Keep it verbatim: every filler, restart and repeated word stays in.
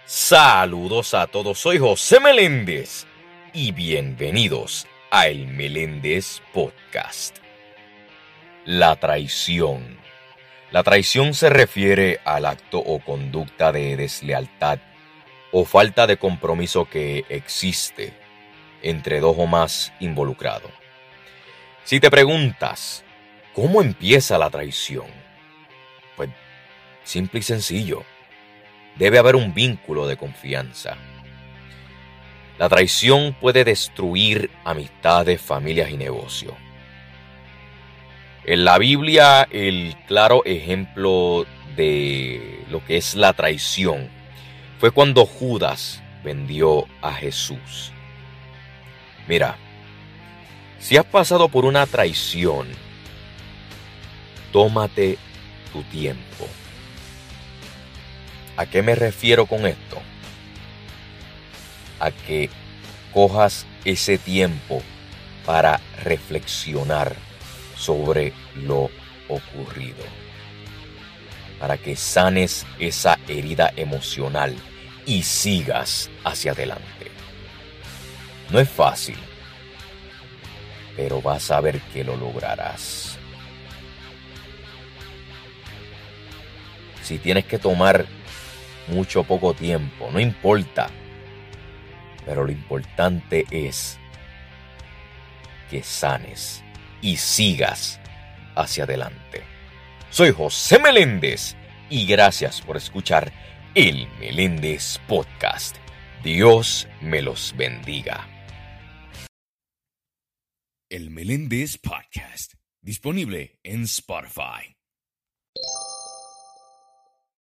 Saludos a todos, soy José Meléndez y bienvenidos a El Meléndez Podcast. La traición. La traición se refiere al acto o conducta de deslealtad o falta de compromiso que existe entre dos o más involucrados. Si te preguntas, ¿cómo empieza la traición? Pues simple y sencillo. Debe haber un vínculo de confianza. La traición puede destruir amistades, familias y negocios. En la Biblia, el claro ejemplo de lo que es la traición fue cuando Judas vendió a Jesús. Mira, si has pasado por una traición, tómate tu tiempo. ¿A qué me refiero con esto? A que cojas ese tiempo para reflexionar sobre lo ocurrido, para que sanes esa herida emocional y sigas hacia adelante. No es fácil, pero vas a ver que lo lograrás. Si tienes que tomar mucho o poco tiempo, no importa, pero lo importante es que sanes y sigas hacia adelante. Soy José Meléndez y gracias por escuchar El Meléndez Podcast. Dios me los bendiga. El Meléndez Podcast, disponible en Spotify.